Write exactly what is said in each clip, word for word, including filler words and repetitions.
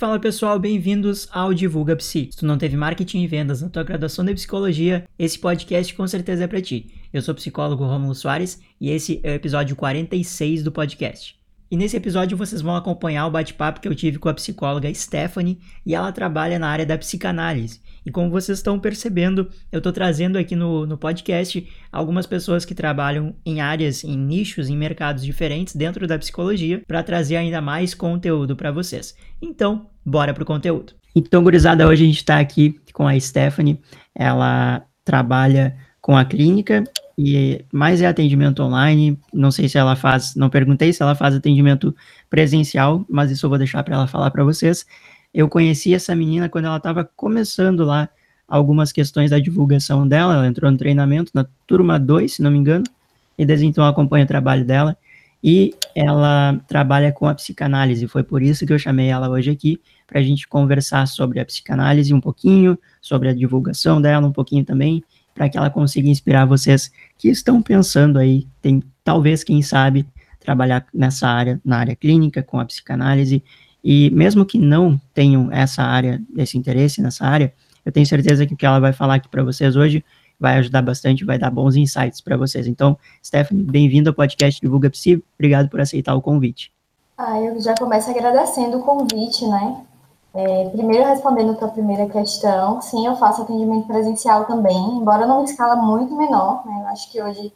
Fala pessoal, bem-vindos ao Divulga Psi. Se tu não teve marketing e vendas na tua graduação de psicologia, esse podcast com certeza é pra ti. Eu sou o psicólogo Rômulo Soares e esse é o episódio quarenta e seis do podcast. E nesse episódio vocês vão acompanhar o bate-papo que eu tive com a psicóloga Stephanie e ela trabalha na área da psicanálise. E como vocês estão percebendo, eu estou trazendo aqui no, no podcast algumas pessoas que trabalham em áreas, em nichos, em mercados diferentes dentro da psicologia para trazer ainda mais conteúdo para vocês. Então, bora pro conteúdo. Então, gurizada, hoje a gente está aqui com a Stephanie. Ela trabalha com a clínica e mais é atendimento online. Não sei se ela faz, não perguntei se ela faz atendimento presencial, mas isso eu vou deixar para ela falar para vocês. Eu conheci essa menina quando ela estava começando lá algumas questões da divulgação dela. Ela entrou no treinamento na turma dois, se não me engano, e desde então eu acompanho o trabalho dela. E ela trabalha com a psicanálise. Foi por isso que eu chamei ela hoje aqui, para a gente conversar sobre a psicanálise um pouquinho, sobre a divulgação dela um pouquinho também, para que ela consiga inspirar vocês que estão pensando aí, tem, talvez, quem sabe, trabalhar nessa área, na área clínica, com a psicanálise. E mesmo que não tenham essa área, esse interesse nessa área, eu tenho certeza que o que ela vai falar aqui para vocês hoje vai ajudar bastante, vai dar bons insights para vocês. Então, Stephanie, bem-vinda ao podcast Divulga Psi, obrigado por aceitar o convite. Ah, eu já começo agradecendo o convite, né? É, primeiro, respondendo a tua primeira questão, sim, eu faço atendimento presencial também, embora numa escala muito menor, né? Eu acho que hoje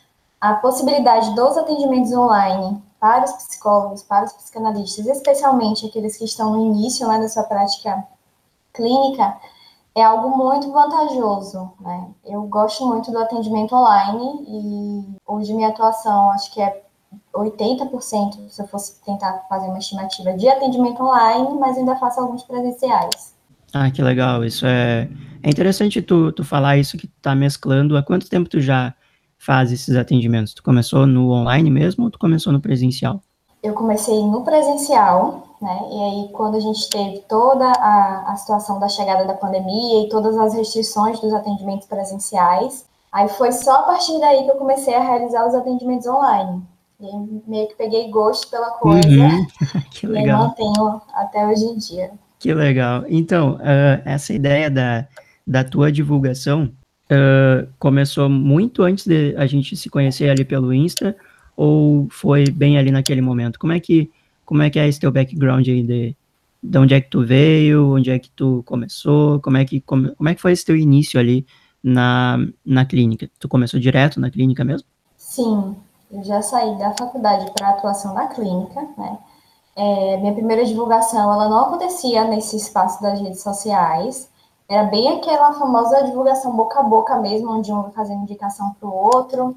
a possibilidade dos atendimentos online para os psicólogos, para os psicanalistas, especialmente aqueles que estão no início, né, da sua prática clínica, é algo muito vantajoso, né? Eu gosto muito do atendimento online e hoje minha atuação, acho que é oitenta por cento, se eu fosse tentar fazer uma estimativa de atendimento online, mas ainda faço alguns presenciais. Ah, que legal, isso é... É interessante tu, tu falar isso que tu tá mesclando. Há quanto tempo tu já faz esses atendimentos? Tu começou no online mesmo ou tu começou no presencial? Eu comecei no presencial, né? E aí, quando a gente teve toda a, a situação da chegada da pandemia e todas as restrições dos atendimentos presenciais, aí foi só a partir daí que eu comecei a realizar os atendimentos online. E aí, meio que peguei gosto pela coisa, Uhum. Que e aí legal. mantenho até hoje em dia. Que legal. Então, uh, essa ideia da, da tua divulgação uh, começou muito antes de a gente se conhecer ali pelo Insta, ou foi bem ali naquele momento? Como é que, como é que é esse teu background aí de, de onde é que tu veio, onde é que tu começou, como é que, como, como é que foi esse teu início ali na, na clínica? Tu começou direto na clínica mesmo? Sim, eu já saí da faculdade para atuação na clínica, né? É, minha primeira divulgação, ela não acontecia nesse espaço das redes sociais, era bem aquela famosa divulgação boca a boca mesmo, onde um vai fazendo indicação para o outro.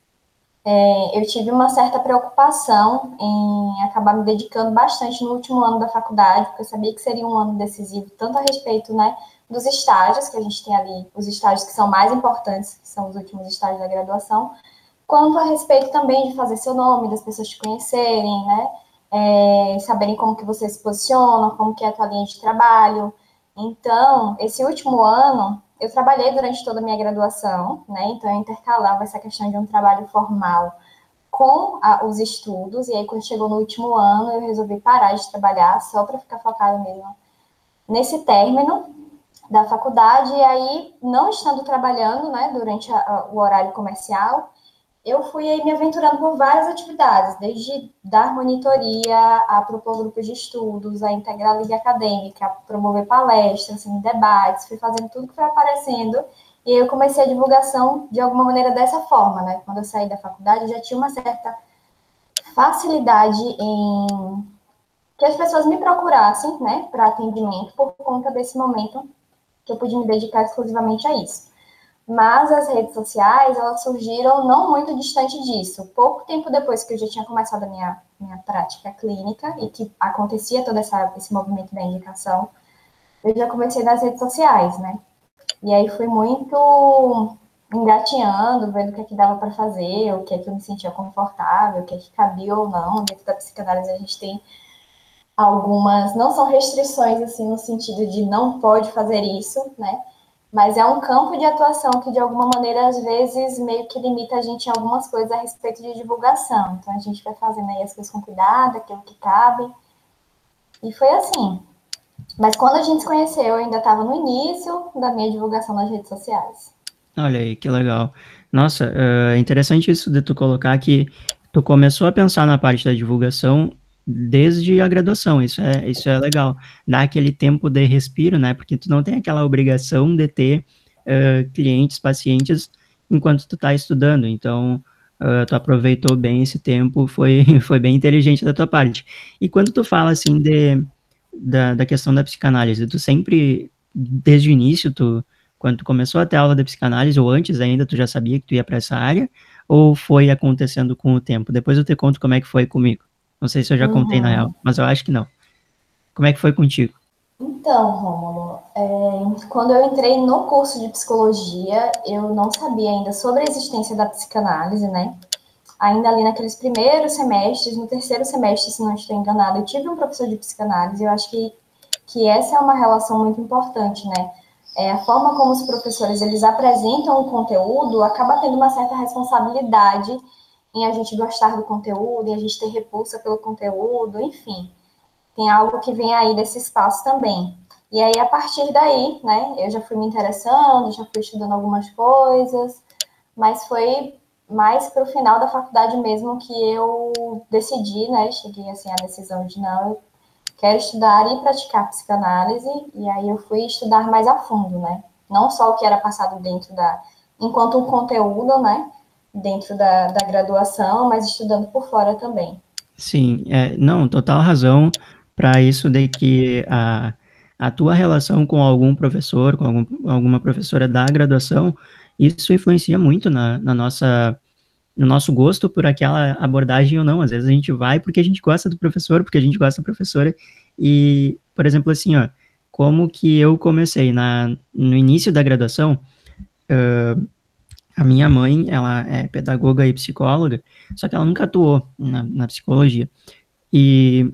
É, eu tive uma certa preocupação em acabar me dedicando bastante no último ano da faculdade, porque eu sabia que seria um ano decisivo, tanto a respeito, né, dos estágios, que a gente tem ali, os estágios que são mais importantes, que são os últimos estágios da graduação, quanto a respeito também de fazer seu nome, das pessoas te conhecerem, né, é, saberem como que você se posiciona, como que é a tua linha de trabalho. Então, esse último ano, eu trabalhei durante toda a minha graduação, né? Então, eu intercalava essa questão de um trabalho formal com a, os estudos, e aí, quando chegou no último ano, eu resolvi parar de trabalhar só para ficar focada mesmo nesse término da faculdade, e aí, não estando trabalhando, né, durante a, a, o horário comercial, eu fui aí me aventurando por várias atividades, desde dar monitoria, a propor grupos de estudos, a integrar a liga acadêmica, a promover palestras, assim, debates, fui fazendo tudo que foi aparecendo, e aí eu comecei a divulgação de alguma maneira dessa forma, né? Quando eu saí da faculdade, eu já tinha uma certa facilidade em que as pessoas me procurassem, né, para atendimento, por conta desse momento que eu pude me dedicar exclusivamente a isso. Mas as redes sociais, elas surgiram não muito distante disso. Pouco tempo depois que eu já tinha começado a minha, minha prática clínica e que acontecia todo essa, esse movimento da indicação, eu já comecei nas redes sociais, né? E aí fui muito engateando, vendo o que é que dava para fazer, o que é que eu me sentia confortável, o que é que cabia ou não. Dentro da psicanálise a gente tem algumas, não são restrições assim no sentido de não pode fazer isso, né? Mas é um campo de atuação que, de alguma maneira, às vezes, meio que limita a gente em algumas coisas a respeito de divulgação. Então, a gente vai fazendo aí as coisas com cuidado, aquilo que cabe. E foi assim. Mas quando a gente se conheceu, eu ainda estava no início da minha divulgação nas redes sociais. Olha aí, que legal. Nossa, é interessante isso de tu colocar que tu começou a pensar na parte da divulgação desde a graduação. Isso é, isso é legal. Dá aquele tempo de respiro, né? Porque tu não tem aquela obrigação de ter uh, clientes, pacientes enquanto tu tá estudando. Então, uh, tu aproveitou bem esse tempo, foi, foi bem inteligente da tua parte. E quando tu fala assim de, da, da questão da psicanálise, tu sempre, desde o início, tu quando tu começou a ter aula de psicanálise, ou antes ainda, tu já sabia que tu ia para essa área? Ou foi acontecendo com o tempo? Depois eu te conto como é que foi comigo. Não sei se eu já contei na real, Uhum. mas eu acho que não. Como é que foi contigo? Então, Rômulo, é, quando eu entrei no curso de psicologia, eu não sabia ainda sobre a existência da psicanálise, né? Ainda ali naqueles primeiros semestres, no terceiro semestre, se não estou enganada, eu tive um professor de psicanálise. Eu acho que, que essa é uma relação muito importante, né? É, a forma como os professores eles apresentam o conteúdo acaba tendo uma certa responsabilidade em a gente gostar do conteúdo, em a gente ter repulsa pelo conteúdo, enfim. Tem algo que vem aí desse espaço também. E aí, a partir daí, né, eu já fui me interessando, já fui estudando algumas coisas, mas foi mais para o final da faculdade mesmo que eu decidi, né, cheguei assim à decisão de não, eu quero estudar e praticar psicanálise, e aí eu fui estudar mais a fundo, né, não só o que era passado dentro da, enquanto um conteúdo, né, dentro da, da graduação, mas estudando por fora também. Sim, é, não, total razão para isso de que a, a tua relação com algum professor, com algum, alguma professora da graduação, isso influencia muito na, na nossa no nosso gosto por aquela abordagem ou não. Às vezes a gente vai porque a gente gosta do professor, porque a gente gosta da professora. E, por exemplo, assim, ó, como que eu comecei na, no início da graduação, uh, a minha mãe, ela é pedagoga e psicóloga, só que ela nunca atuou na, na psicologia. E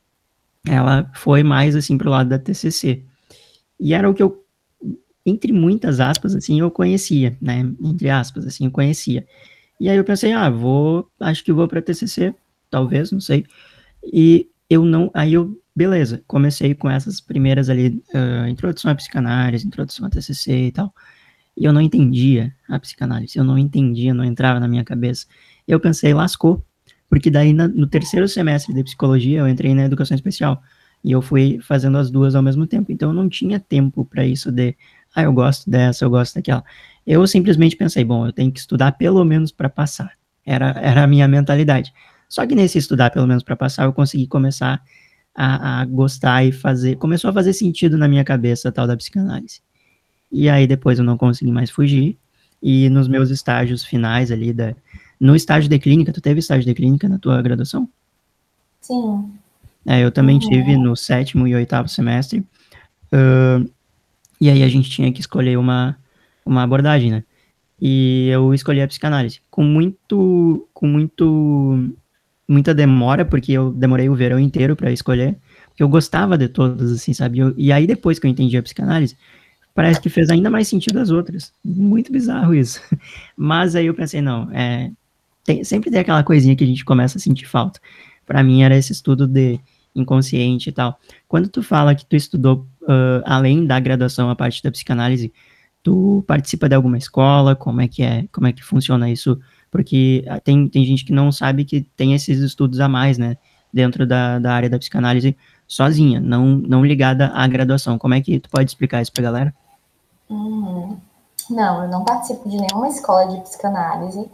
ela foi mais, assim, pro lado da T C C. E era o que eu, entre muitas aspas, assim, eu conhecia, né? Entre aspas, assim, eu conhecia. E aí eu pensei, ah, vou, acho que vou para T C C, talvez, não sei. E eu não, aí eu, beleza, comecei com essas primeiras ali, uh, introdução à psicanálise, introdução à T C C e tal. E eu não entendia a psicanálise, eu não entendia, não entrava na minha cabeça. Eu pensei, lascou, porque daí na, no terceiro semestre de psicologia eu entrei na educação especial e eu fui fazendo as duas ao mesmo tempo. Então eu não tinha tempo para isso de, ah, eu gosto dessa, eu gosto daquela. Eu simplesmente pensei, bom, eu tenho que estudar pelo menos para passar. Era, era a minha mentalidade. Só que nesse estudar pelo menos para passar, eu consegui começar a, a gostar e fazer. Começou a fazer sentido na minha cabeça a tal da psicanálise. E aí depois eu não consegui mais fugir. E nos meus estágios finais ali, da, no estágio de clínica, tu teve estágio de clínica na tua graduação? Sim. É, eu também tive Uhum. no sétimo e oitavo semestre. Uh, e aí a gente tinha que escolher uma, uma abordagem, né? E eu escolhi a psicanálise. Com muito, com muito, muita demora, porque eu demorei o verão inteiro para escolher, porque eu gostava de todas, assim, sabe? Eu, e aí depois que eu entendi a psicanálise, parece que fez ainda mais sentido as outras. Muito bizarro isso. Mas aí eu pensei, não, é, tem, sempre tem aquela coisinha que a gente começa a sentir falta. Para mim era esse estudo de inconsciente e tal. Quando tu fala que tu estudou uh, além da graduação a parte da psicanálise, tu participa de alguma escola? Como é que é? Como é que funciona isso? Porque tem, tem gente que não sabe que tem esses estudos a mais, né? Dentro da, da área da psicanálise sozinha, não, não ligada à graduação. Como é que tu pode explicar isso pra galera? Uhum. Não, eu não participo de nenhuma escola de psicanálise,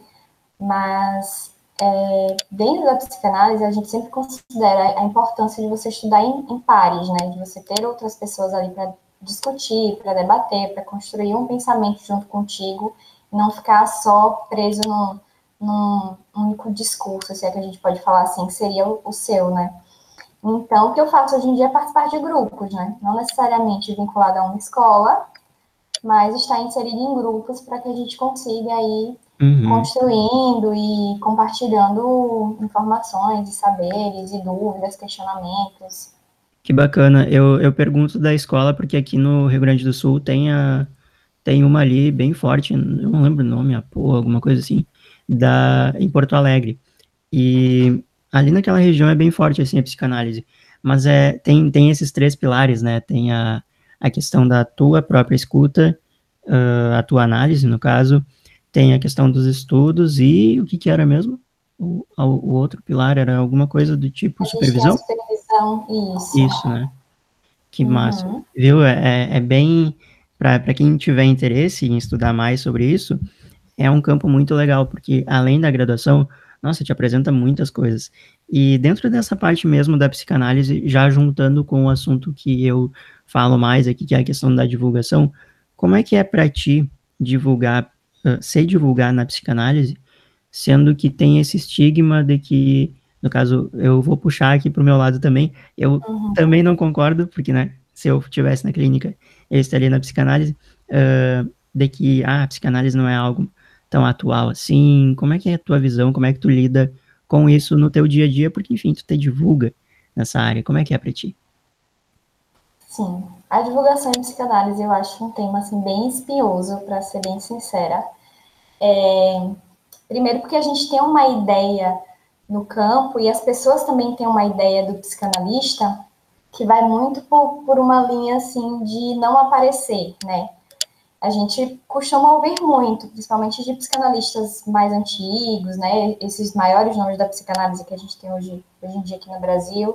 mas é, dentro da psicanálise a gente sempre considera a importância de você estudar em, em pares, né? De você ter outras pessoas ali para discutir, para debater, para construir um pensamento junto contigo, e não ficar só preso num, num único discurso, se é que a gente pode falar assim, que seria o, o seu, né? Então, o que eu faço hoje em dia é participar de grupos, né? Não necessariamente vinculado a uma escola, mas estar inserido em grupos para que a gente consiga aí Uhum. construindo e compartilhando informações e saberes e dúvidas, questionamentos. Que bacana. Eu, eu pergunto da escola porque aqui no Rio Grande do Sul tem, a, tem uma ali bem forte, eu não lembro o nome, a porra, alguma coisa assim, da, em Porto Alegre. E ali naquela região é bem forte, assim, a psicanálise. mas é, tem, tem esses três pilares, né? Tem a, a questão da tua própria escuta, uh, a tua análise, no caso, tem a questão dos estudos e o que que era mesmo? O, o outro pilar era alguma coisa do tipo A gente tem a supervisão? supervisão, isso. Isso, né? Que massa. Uhum. Viu? É, é é bem. Para quem tiver interesse em estudar mais sobre isso, é um campo muito legal, porque além da graduação, nossa, te apresenta muitas coisas. E dentro dessa parte mesmo da psicanálise, já juntando com o assunto que eu falo mais aqui, que é a questão da divulgação, como é que é para ti divulgar, uh, ser divulgar na psicanálise, sendo que tem esse estigma de que, no caso, eu vou puxar aqui para o meu lado também, eu Uhum. também não concordo, porque, né, se eu estivesse na clínica, eu estaria na psicanálise, uh, de que ah, a psicanálise não é algo tão atual assim. Como é que é a tua visão? Como é que tu lida com isso no teu dia a dia? Porque, enfim, tu te divulga nessa área. Como é que é para ti? Sim, a divulgação em psicanálise eu acho um tema assim bem espinhoso, para ser bem sincera. É, primeiro porque a gente tem uma ideia no campo e as pessoas também têm uma ideia do psicanalista que vai muito por, por uma linha assim de não aparecer, né? A gente costuma ouvir muito, principalmente de psicanalistas mais antigos, né? Esses maiores nomes da psicanálise que a gente tem hoje, hoje em dia aqui no Brasil,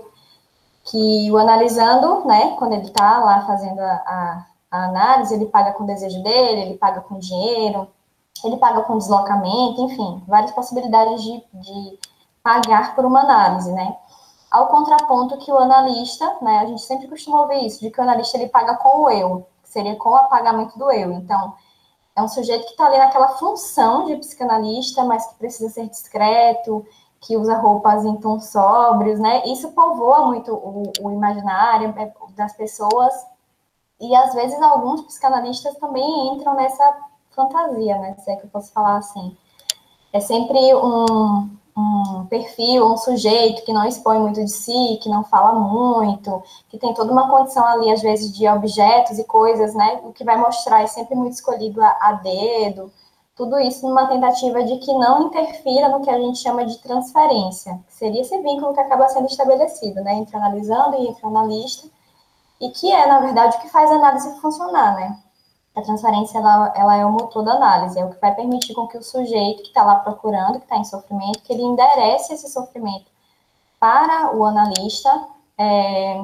que o analisando, né, quando ele está lá fazendo a, a, a análise, ele paga com o desejo dele, ele paga com dinheiro, ele paga com deslocamento, enfim, várias possibilidades de, de pagar por uma análise, né? Ao contraponto que o analista, né, a gente sempre costuma ouvir isso, de que o analista ele paga com o eu, que seria com o apagamento do eu. Então, é um sujeito que está ali naquela função de psicanalista, mas que precisa ser discreto, que usa roupas em tons sóbrios, né? Isso povoa muito o, o imaginário das pessoas e às vezes alguns psicanalistas também entram nessa fantasia, né? Se é que eu posso falar assim. É sempre um, um perfil, um sujeito que não expõe muito de si, que não fala muito, que tem toda uma condição ali, às vezes, de objetos e coisas, né? O que vai mostrar é sempre muito escolhido a, a dedo, tudo isso numa tentativa de que não interfira no que a gente chama de transferência, que seria esse vínculo que acaba sendo estabelecido, né? Entre analisando e entre analista, e que é, na verdade, o que faz a análise funcionar, né? A transferência ela, ela é o motor da análise, é o que vai permitir com que o sujeito que está lá procurando, que está em sofrimento, que ele enderece esse sofrimento para o analista é,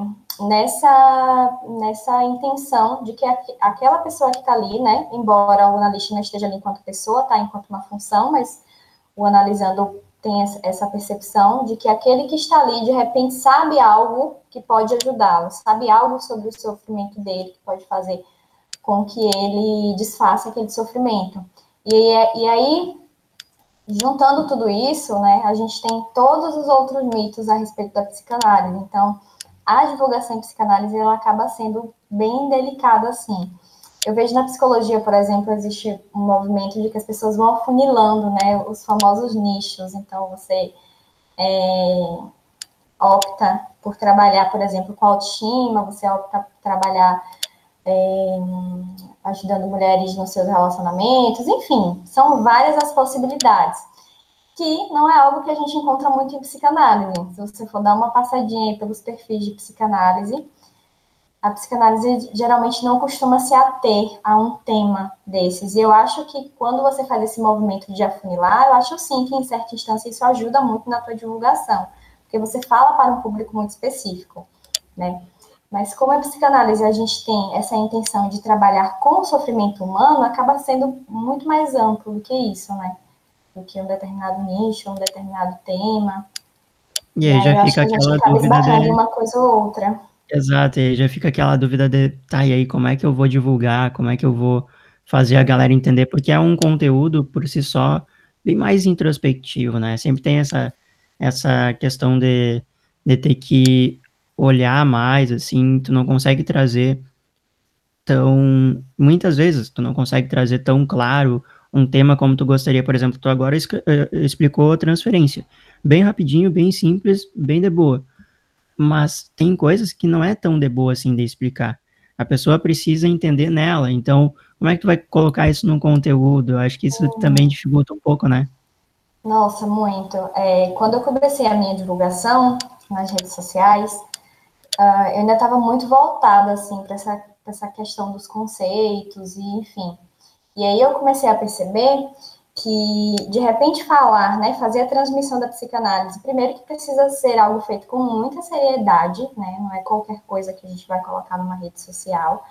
nessa, nessa intenção de que aquela pessoa que está ali, né, embora o analista não esteja ali enquanto pessoa, está enquanto uma função, mas o analisando tem essa percepção de que aquele que está ali, de repente, sabe algo que pode ajudá-lo, sabe algo sobre o sofrimento dele, que pode fazer com que ele desfaça aquele sofrimento. E, e aí, juntando tudo isso, né, a gente tem todos os outros mitos a respeito da psicanálise. Então, a divulgação em psicanálise, ela acaba sendo bem delicada, assim. Eu vejo na psicologia, por exemplo, existe um movimento de que as pessoas vão afunilando, né, os famosos nichos. Então, você é, opta por trabalhar, por exemplo, com autoestima, você opta por trabalhar é, ajudando mulheres nos seus relacionamentos, enfim, são várias as possibilidades, que não é algo que a gente encontra muito em psicanálise. Se você for dar uma passadinha aí pelos perfis de psicanálise, a psicanálise geralmente não costuma se ater a um tema desses. E eu acho que quando você faz esse movimento de afunilar, eu acho sim que em certa instância isso ajuda muito na tua divulgação, porque você fala para um público muito específico, né? Mas como a psicanálise a gente tem essa intenção de trabalhar com o sofrimento humano, acaba sendo muito mais amplo do que isso, né? Do que um determinado nicho, um determinado tema. E E aí aí já eu acho fica que a gente aquela acaba dúvida esbarrando em de. uma coisa ou outra. Exato, e aí já fica aquela dúvida de, tá, e aí como é que eu vou divulgar, como é que eu vou fazer a galera entender, porque é um conteúdo por si só bem mais introspectivo, né? Sempre tem essa, essa questão de, de ter que olhar mais, assim, tu não consegue trazer tão, muitas vezes, tu não consegue trazer tão claro um tema como tu gostaria. Por exemplo, tu agora escre- eh, explicou transferência, bem rapidinho, bem simples, bem de boa, mas tem coisas que não é tão de boa assim de explicar. A pessoa precisa entender nela. Então, como é que tu vai colocar isso num conteúdo? Eu acho que isso também dificulta um pouco, né? Nossa, muito. É, quando eu comecei a minha divulgação nas redes sociais, uh, eu ainda estava muito voltada, assim, para essa, pra essa questão dos conceitos e, enfim. E aí eu comecei a perceber que, de repente, falar, né, fazer a transmissão da psicanálise, primeiro que precisa ser algo feito com muita seriedade, né, não é qualquer coisa que a gente vai colocar numa rede social.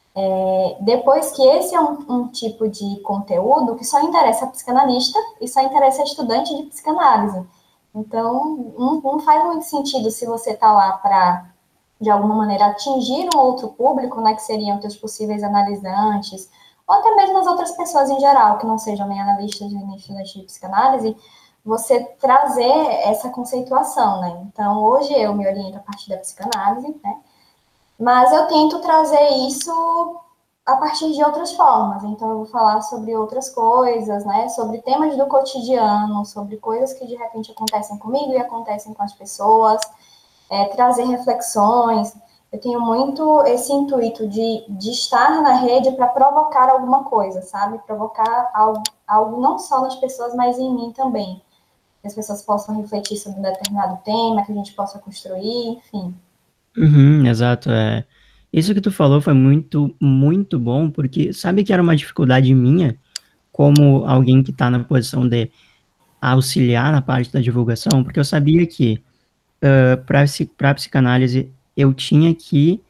É, depois que esse é um, um tipo de conteúdo que só interessa a psicanalista e só interessa a estudante de psicanálise. Então, não, não faz muito sentido se você está lá para, de alguma maneira, atingir um outro público, né, que seriam teus possíveis analisantes, ou até mesmo as outras pessoas em geral, que não sejam nem analistas nem estudantes de psicanálise, você trazer essa conceituação, né? Então, hoje eu me oriento a partir da psicanálise, né? Mas eu tento trazer isso a partir de outras formas. Então, eu vou falar sobre outras coisas, né? Sobre temas do cotidiano, sobre coisas que de repente acontecem comigo e acontecem com as pessoas, é, trazer reflexões. Eu tenho muito esse intuito de, de estar na rede para provocar alguma coisa, sabe? Provocar algo, algo não só nas pessoas, mas em mim também. Que as pessoas possam refletir sobre um determinado tema, que a gente possa construir, enfim. Uhum, exato. É. Isso que tu falou foi muito, muito bom, porque sabe que era uma dificuldade minha, como alguém que está na posição de auxiliar na parte da divulgação, porque eu sabia que uh, para a psicanálise eu tinha que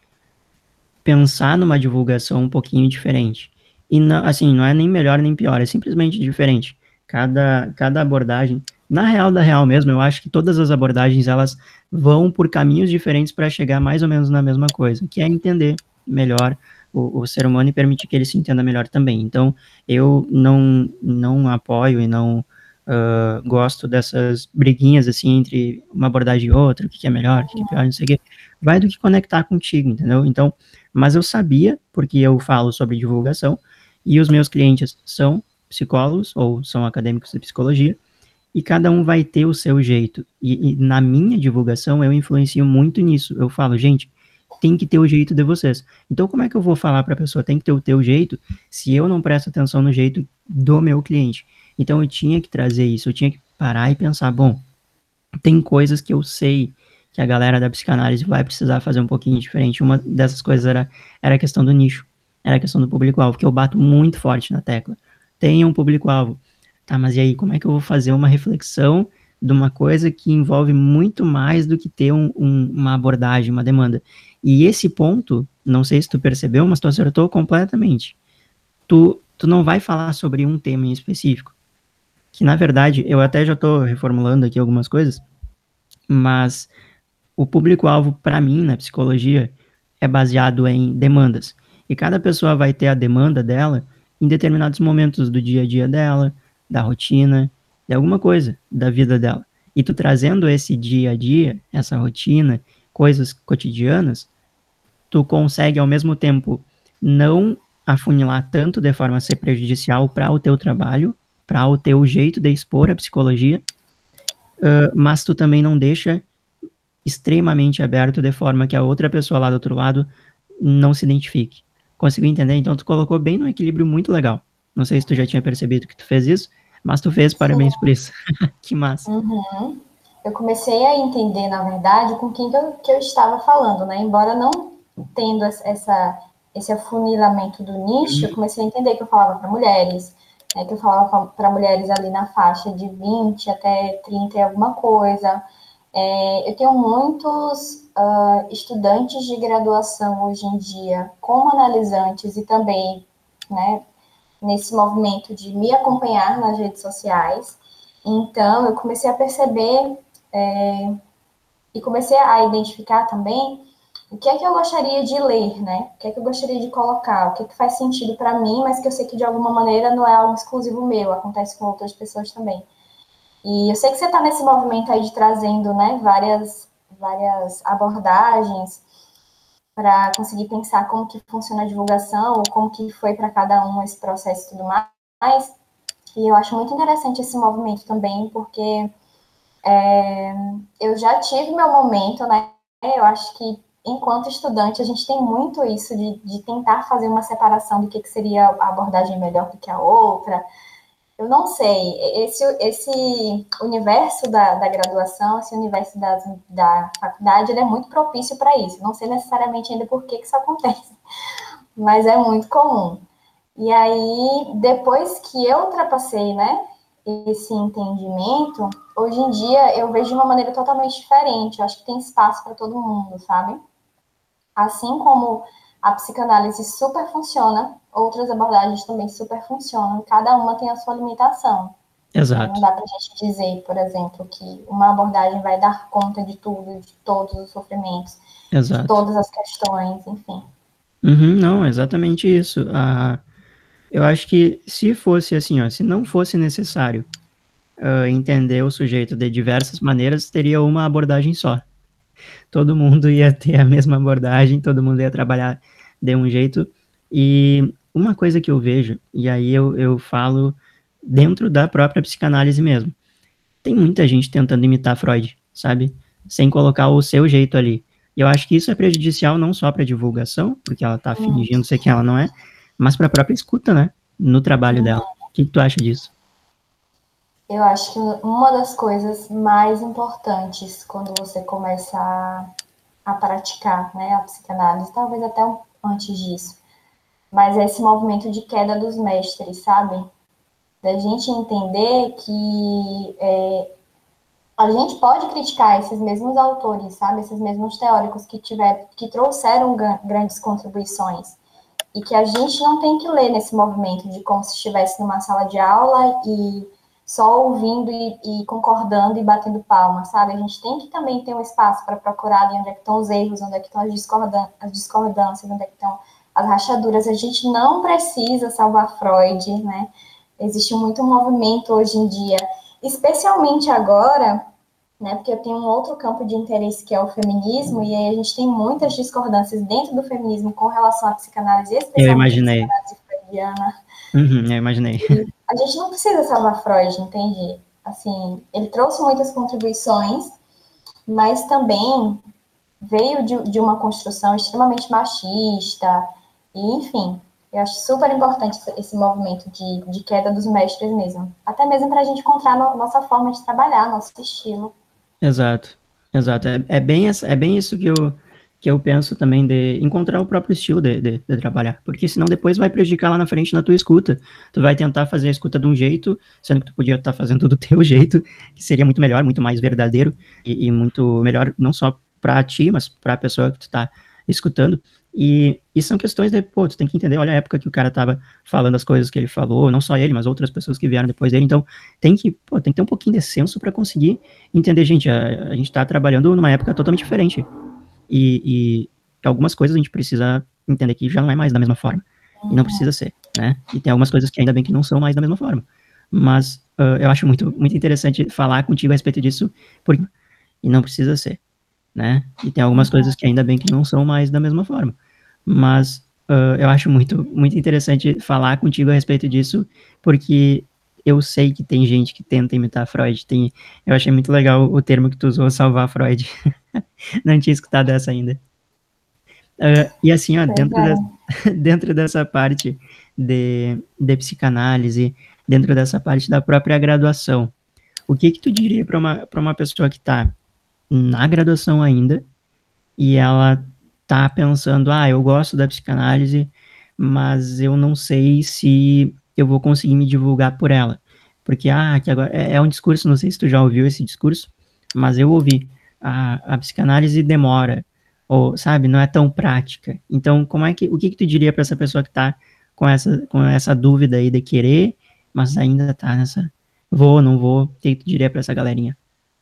pensar numa divulgação um pouquinho diferente. E não, assim, não é nem melhor nem pior, é simplesmente diferente. Cada, cada abordagem, na real da real mesmo, eu acho que todas as abordagens elas vão por caminhos diferentes para chegar mais ou menos na mesma coisa, que é entender melhor o, o ser humano e permitir que ele se entenda melhor também. Então, eu não, não apoio e não uh, gosto dessas briguinhas assim entre uma abordagem e outra, o que, que é melhor, o que, que é pior, não sei o quê. Vai do que conectar contigo, entendeu? Então, mas eu sabia, porque eu falo sobre divulgação, e os meus clientes são psicólogos ou são acadêmicos de psicologia, e cada um vai ter o seu jeito. E, e na minha divulgação eu influencio muito nisso. Eu falo, gente, tem que ter o jeito de vocês. Então, como é que eu vou falar para a pessoa, tem que ter o teu jeito, se eu não presto atenção no jeito do meu cliente? Então, eu tinha que trazer isso, eu tinha que parar e pensar, bom, tem coisas que eu sei que a galera da psicanálise vai precisar fazer um pouquinho diferente. Uma dessas coisas era, era a questão do nicho, era a questão do público-alvo, que eu bato muito forte na tecla. Tenha um público-alvo. Tá, mas e aí, como é que eu vou fazer uma reflexão de uma coisa que envolve muito mais do que ter um, um, uma abordagem, uma demanda? E esse ponto, não sei se tu percebeu, mas tu acertou completamente. Tu, tu não vai falar sobre um tema em específico, que na verdade, eu até já estou reformulando aqui algumas coisas, mas o público-alvo, para mim, na psicologia, é baseado em demandas. E cada pessoa vai ter a demanda dela em determinados momentos do dia a dia dela, da rotina, de alguma coisa da vida dela. E tu trazendo esse dia a dia, essa rotina, coisas cotidianas, tu consegue ao mesmo tempo não afunilar tanto de forma a ser prejudicial para o teu trabalho, para o teu jeito de expor a psicologia, uh, mas tu também não deixa extremamente aberto de forma que a outra pessoa lá do outro lado não se identifique. Conseguiu entender? Então tu colocou bem no equilíbrio muito legal. Não sei se tu já tinha percebido que tu fez isso, mas tu fez, parabéns por isso. Que massa. Uhum. Eu comecei a entender, na verdade, com quem que eu, que eu estava falando, né? Embora não tendo essa, esse afunilamento do nicho, eu comecei a entender que eu falava para mulheres, né? Que eu falava para mulheres ali na faixa de vinte até trinta e alguma coisa. É, eu tenho muitos uh, estudantes de graduação hoje em dia como analisantes e também, né, nesse movimento de me acompanhar nas redes sociais. Então, eu comecei a perceber é, e comecei a identificar também o que é que eu gostaria de ler, né? O que é que eu gostaria de colocar, o que é que faz sentido para mim, mas que eu sei que de alguma maneira não é algo exclusivo meu, acontece com outras pessoas também. E eu sei que você está nesse movimento aí de trazendo, né, várias, várias abordagens para conseguir pensar como que funciona a divulgação, ou como que foi para cada um esse processo e tudo mais. E eu acho muito interessante esse movimento também, porque é, eu já tive meu momento, né? Eu acho que enquanto estudante a gente tem muito isso de, de tentar fazer uma separação do que, que seria a abordagem melhor do que a outra. eu não sei, esse, esse universo da, da graduação, esse universo das, da faculdade, ele é muito propício para isso. Não sei necessariamente ainda por que, que isso acontece, mas é muito comum. E aí, depois que eu ultrapassei, né, esse entendimento, hoje em dia eu vejo de uma maneira totalmente diferente. Eu acho que tem espaço para todo mundo, sabe? Assim como a psicanálise super funciona, outras abordagens também super funcionam. Cada uma tem a sua limitação. Né? Não Exato, dá para a gente dizer, por exemplo, que uma abordagem vai dar conta de tudo, de todos os sofrimentos, de exato. todas as questões, enfim. Uhum, não, exatamente isso. Ah, eu acho que se fosse assim, ó, se não fosse necessário ah, entender o sujeito de diversas maneiras, teria uma abordagem só. Todo mundo ia ter a mesma abordagem, todo mundo ia trabalhar de um jeito. E uma coisa que eu vejo, e aí eu, eu falo dentro da própria psicanálise mesmo, tem muita gente tentando imitar Freud, sabe? Sem colocar o seu jeito ali. E eu acho que isso é prejudicial não só para a divulgação, porque ela está fingindo ser quem ela não é, mas para a própria escuta, né? No trabalho dela. O que, que tu acha disso? Eu acho que uma das coisas mais importantes quando você começa a, a praticar, né, a psicanálise, talvez até um, antes disso, mas é esse movimento de queda dos mestres, sabe? Da gente entender que é, a gente pode criticar esses mesmos autores, sabe? Esses mesmos teóricos que tiver, que trouxeram grandes contribuições e que a gente não tem que ler nesse movimento de como se estivesse numa sala de aula e só ouvindo e, e concordando e batendo palma, sabe? A gente tem que também ter um espaço para procurar ali onde é que estão os erros, onde é que estão as, discordan as discordâncias, onde é que estão as rachaduras. A gente não precisa salvar Freud, né? Existe muito movimento hoje em dia, especialmente agora, né? Porque eu tenho um outro campo de interesse que é o feminismo, e aí a gente tem muitas discordâncias dentro do feminismo com relação à psicanálise, Eu especialmente a imaginei. psicanálise freudiana. Uhum, eu imaginei. E a gente não precisa salvar Freud, entende? Assim, ele trouxe muitas contribuições, mas também veio de, de uma construção extremamente machista, e enfim, eu acho super importante esse movimento de, de queda dos mestres mesmo. Até mesmo para a gente encontrar no, nossa forma de trabalhar, nosso estilo. Exato, exato. É, é, bem, essa, é bem isso que eu, que eu penso também de encontrar o próprio estilo de, de, de trabalhar, porque senão depois vai prejudicar lá na frente na tua escuta. Tu vai tentar fazer a escuta de um jeito, sendo que tu podia estar fazendo do teu jeito, que seria muito melhor, muito mais verdadeiro e, e muito melhor não só para ti, mas para a pessoa que tu está escutando. E, e são questões de, pô, tu tem que entender, olha a época que o cara tava falando as coisas que ele falou, não só ele, mas outras pessoas que vieram depois dele, então tem que, pô, tem que ter um pouquinho de senso para conseguir entender, gente, a, a gente está trabalhando numa época totalmente diferente. E, e algumas coisas a gente precisa entender que já não é mais da mesma forma. E não precisa ser, né? E tem algumas coisas que ainda bem que não são mais da mesma forma. Mas uh, eu acho muito, muito interessante falar contigo a respeito disso, porque e não precisa ser, né? E tem algumas coisas que ainda bem que não são mais da mesma forma. Mas uh, eu acho muito, muito interessante falar contigo a respeito disso, porque eu sei que tem gente que tenta imitar Freud. Tem, eu achei muito legal o termo que tu usou, salvar Freud. Não tinha escutado essa ainda. Uh, e assim, ó, Pois dentro, é. da, dentro dessa parte de, de psicanálise, dentro dessa parte da própria graduação, o que que tu diria para uma, para uma pessoa que está na graduação ainda e ela tá pensando, ah, eu gosto da psicanálise, mas eu não sei se eu vou conseguir me divulgar por ela. Porque, ah, que agora é, é um discurso, não sei se tu já ouviu esse discurso, mas eu ouvi. A, a psicanálise demora, ou, sabe, não é tão prática. Então, como é que, o que que tu diria para essa pessoa que tá com essa, com essa dúvida aí de querer, mas ainda tá nessa, vou, não vou, o que que tu diria para essa galerinha?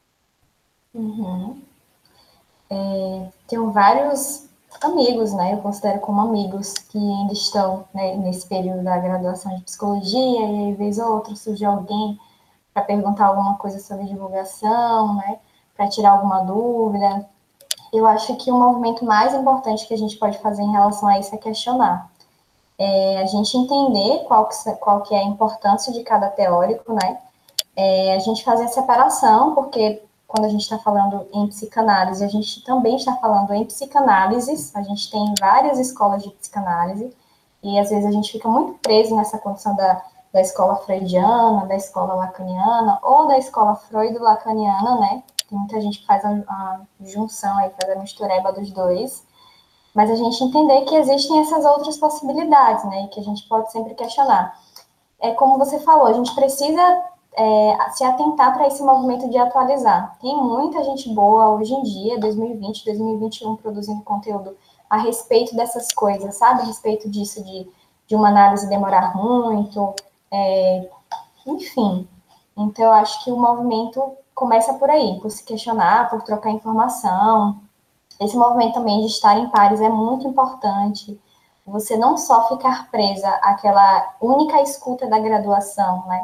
Uhum. É, tenho vários amigos, né? Eu considero como amigos que ainda estão, né, nesse período da graduação de psicologia, e aí, vez ou outra, surge alguém para perguntar alguma coisa sobre divulgação, né? Para tirar alguma dúvida. Eu acho que o movimento mais importante que a gente pode fazer em relação a isso é questionar. É a gente entender qual que, qual que é a importância de cada teórico, né? É a gente fazer a separação, porque quando a gente está falando em psicanálise, a gente também está falando em psicanálises, a gente tem várias escolas de psicanálise, e às vezes a gente fica muito preso nessa condição da da escola freudiana, da escola lacaniana, ou da escola freudo-lacaniana, né? Tem muita gente que faz a, a junção aí, faz a mistureba dos dois. Mas a gente entender que existem essas outras possibilidades, né? E que a gente pode sempre questionar. É como você falou, a gente precisa é, se atentar para esse movimento de atualizar. Tem muita gente boa hoje em dia, dois mil e vinte, dois mil e vinte e um, produzindo conteúdo a respeito dessas coisas, sabe? A respeito disso, de, de uma análise demorar muito, é, enfim. Então, eu acho que o movimento começa por aí, por se questionar, por trocar informação. Esse movimento também de estar em pares é muito importante. Você não só ficar presa àquela única escuta da graduação, né?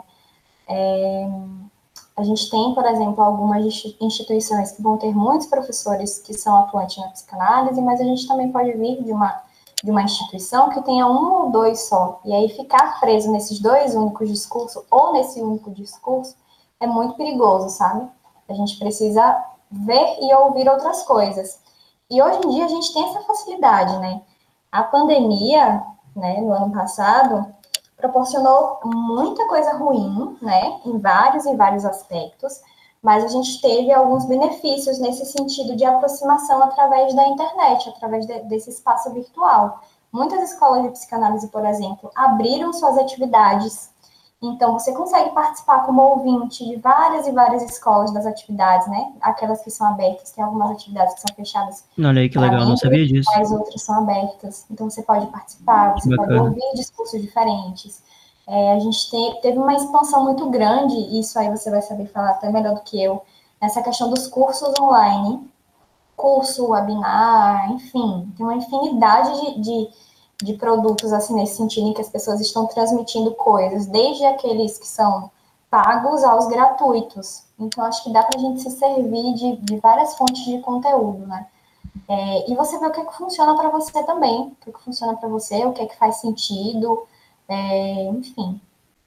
É, a gente tem, por exemplo, algumas instituições que vão ter muitos professores que são atuantes na psicanálise, mas a gente também pode vir de uma, de uma instituição que tenha um ou dois só. E aí ficar preso nesses dois únicos discursos, ou nesse único discurso, é muito perigoso, sabe? A gente precisa ver e ouvir outras coisas. E hoje em dia a gente tem essa facilidade, né? A pandemia, né, no ano passado, proporcionou muita coisa ruim, né, em vários e vários aspectos, mas a gente teve alguns benefícios nesse sentido de aproximação através da internet, através de, desse espaço virtual. Muitas escolas de psicanálise, por exemplo, abriram suas atividades. Então, você consegue participar como ouvinte de várias e várias escolas das atividades, né? Aquelas que são abertas, tem algumas atividades que são fechadas Olha aí que legal, não sabia disso. mas outras são abertas. Então, você pode participar, você Bacana. pode ouvir discursos diferentes. É, a gente te, teve uma expansão muito grande, e isso aí você vai saber falar até melhor do que eu, nessa questão dos cursos online, curso, webinar, enfim, tem uma infinidade de, de de produtos, assim, nesse sentido, em que as pessoas estão transmitindo coisas, desde aqueles que são pagos aos gratuitos. Então, acho que dá para a gente se servir de, de várias fontes de conteúdo, né? É, e você vê o que é que funciona para você também, o que é que funciona para você, o que é que faz sentido, é, enfim.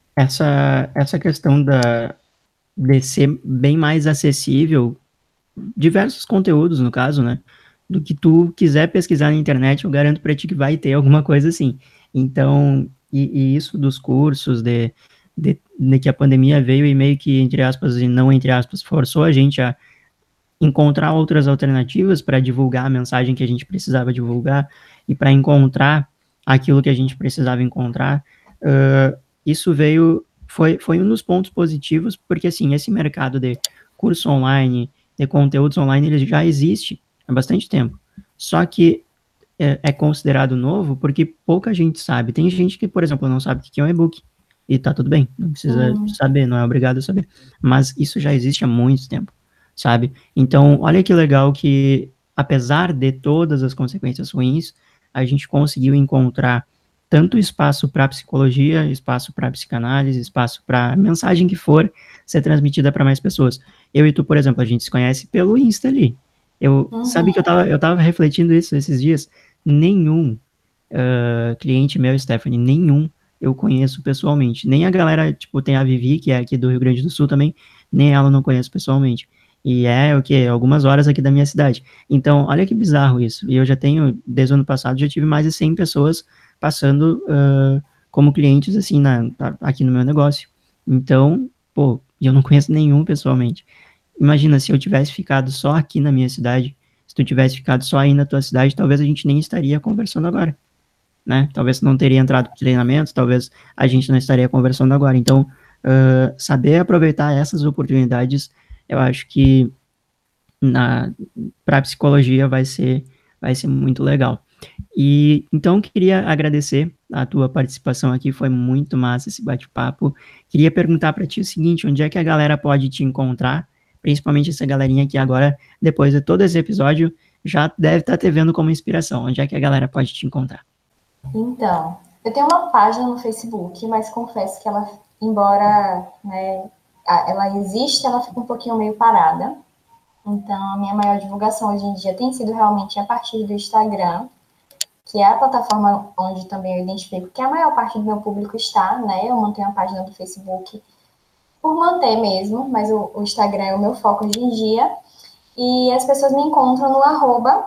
Essa, essa questão da, de ser bem mais acessível, diversos conteúdos, no caso, né? Do que tu quiser pesquisar na internet, eu garanto para ti que vai ter alguma coisa assim. Então, e, e isso dos cursos, de, de, de, que a pandemia veio e meio que, entre aspas, e não entre aspas, forçou a gente a encontrar outras alternativas para divulgar a mensagem que a gente precisava divulgar e para encontrar aquilo que a gente precisava encontrar, uh, isso veio, foi, foi um dos pontos positivos, porque, assim, esse mercado de curso online, de conteúdos online, ele já existe há bastante tempo. Só que é, é considerado novo porque pouca gente sabe. Tem gente que, por exemplo, não sabe o que é um e-book. E tá tudo bem, não precisa hum. saber, não é obrigado a saber. Mas isso já existe há muito tempo, sabe? Então, olha que legal que, apesar de todas as consequências ruins, a gente conseguiu encontrar tanto espaço para psicologia, espaço para psicanálise, espaço para mensagem que for ser transmitida para mais pessoas. Eu e tu, por exemplo, a gente se conhece pelo Insta ali. Eu, uhum. Sabe que eu tava, eu tava refletindo isso esses dias? Nenhum uh, cliente meu, Stephanie, nenhum eu conheço pessoalmente. Nem a galera, tipo, tem a Vivi, que é aqui do Rio Grande do Sul também, nem ela eu não conheço pessoalmente. E é o quê? Algumas horas aqui da minha cidade. Então, olha que bizarro isso. E eu já tenho, desde o ano passado, já tive mais de cem pessoas passando uh, como clientes, assim, na, aqui no meu negócio. Então, pô, eu não conheço nenhum pessoalmente. Imagina, se eu tivesse ficado só aqui na minha cidade, se tu tivesse ficado só aí na tua cidade, talvez a gente nem estaria conversando agora, né? Talvez não teria entrado para treinamento, talvez a gente não estaria conversando agora. Então, uh, saber aproveitar essas oportunidades, eu acho que para a psicologia vai ser, vai ser muito legal. E então queria agradecer a tua participação aqui, foi muito massa esse bate-papo. Queria perguntar para ti o seguinte, onde é que a galera pode te encontrar, principalmente essa galerinha que agora, depois de todo esse episódio, já deve estar te vendo como inspiração. Onde é que a galera pode te encontrar? Então, eu tenho uma página no Facebook, mas confesso que ela, embora, né, ela existe, ela fica um pouquinho meio parada. Então, a minha maior divulgação hoje em dia tem sido realmente a partir do Instagram, que é a plataforma onde também eu identifico que a maior parte do meu público está, né? Eu mantenho a página do Facebook por manter mesmo, mas o, o Instagram é o meu foco hoje em dia. E as pessoas me encontram no arroba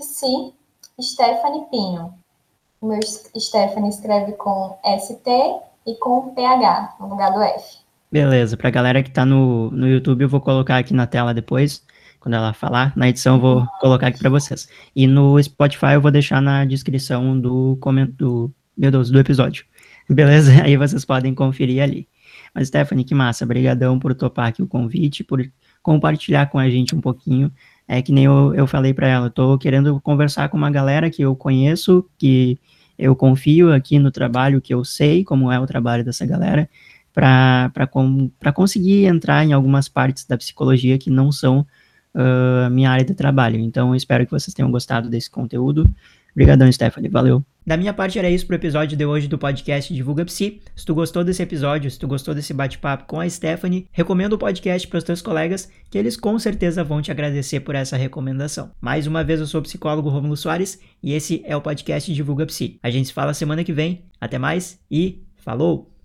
psi Stephanie Pinho. O meu Stephanie escreve com S T e com P H no lugar do F. Beleza, pra galera que tá no, no YouTube, eu vou colocar aqui na tela depois, quando ela falar. Na edição eu vou colocar aqui pra vocês. E no Spotify eu vou deixar na descrição do, coment... do, meu Deus, do episódio. Beleza? Aí vocês podem conferir ali. Mas, Stephanie, que massa. Obrigadão por topar aqui o convite, por compartilhar com a gente um pouquinho. É que nem eu, eu falei pra ela, eu tô querendo conversar com uma galera que eu conheço, que eu confio aqui no trabalho, que eu sei como é o trabalho dessa galera, para conseguir entrar em algumas partes da psicologia que não são a uh, minha área de trabalho. Então, eu espero que vocês tenham gostado desse conteúdo. Obrigadão, Stephanie. Valeu. Da minha parte era isso pro episódio de hoje do podcast Divulga Psi. Se tu gostou desse episódio, se tu gostou desse bate-papo com a Stephanie, recomenda o podcast para os teus colegas, que eles com certeza vão te agradecer por essa recomendação. Mais uma vez, eu sou o psicólogo Rômulo Soares e esse é o podcast Divulga Psi. A gente se fala semana que vem. Até mais e falou!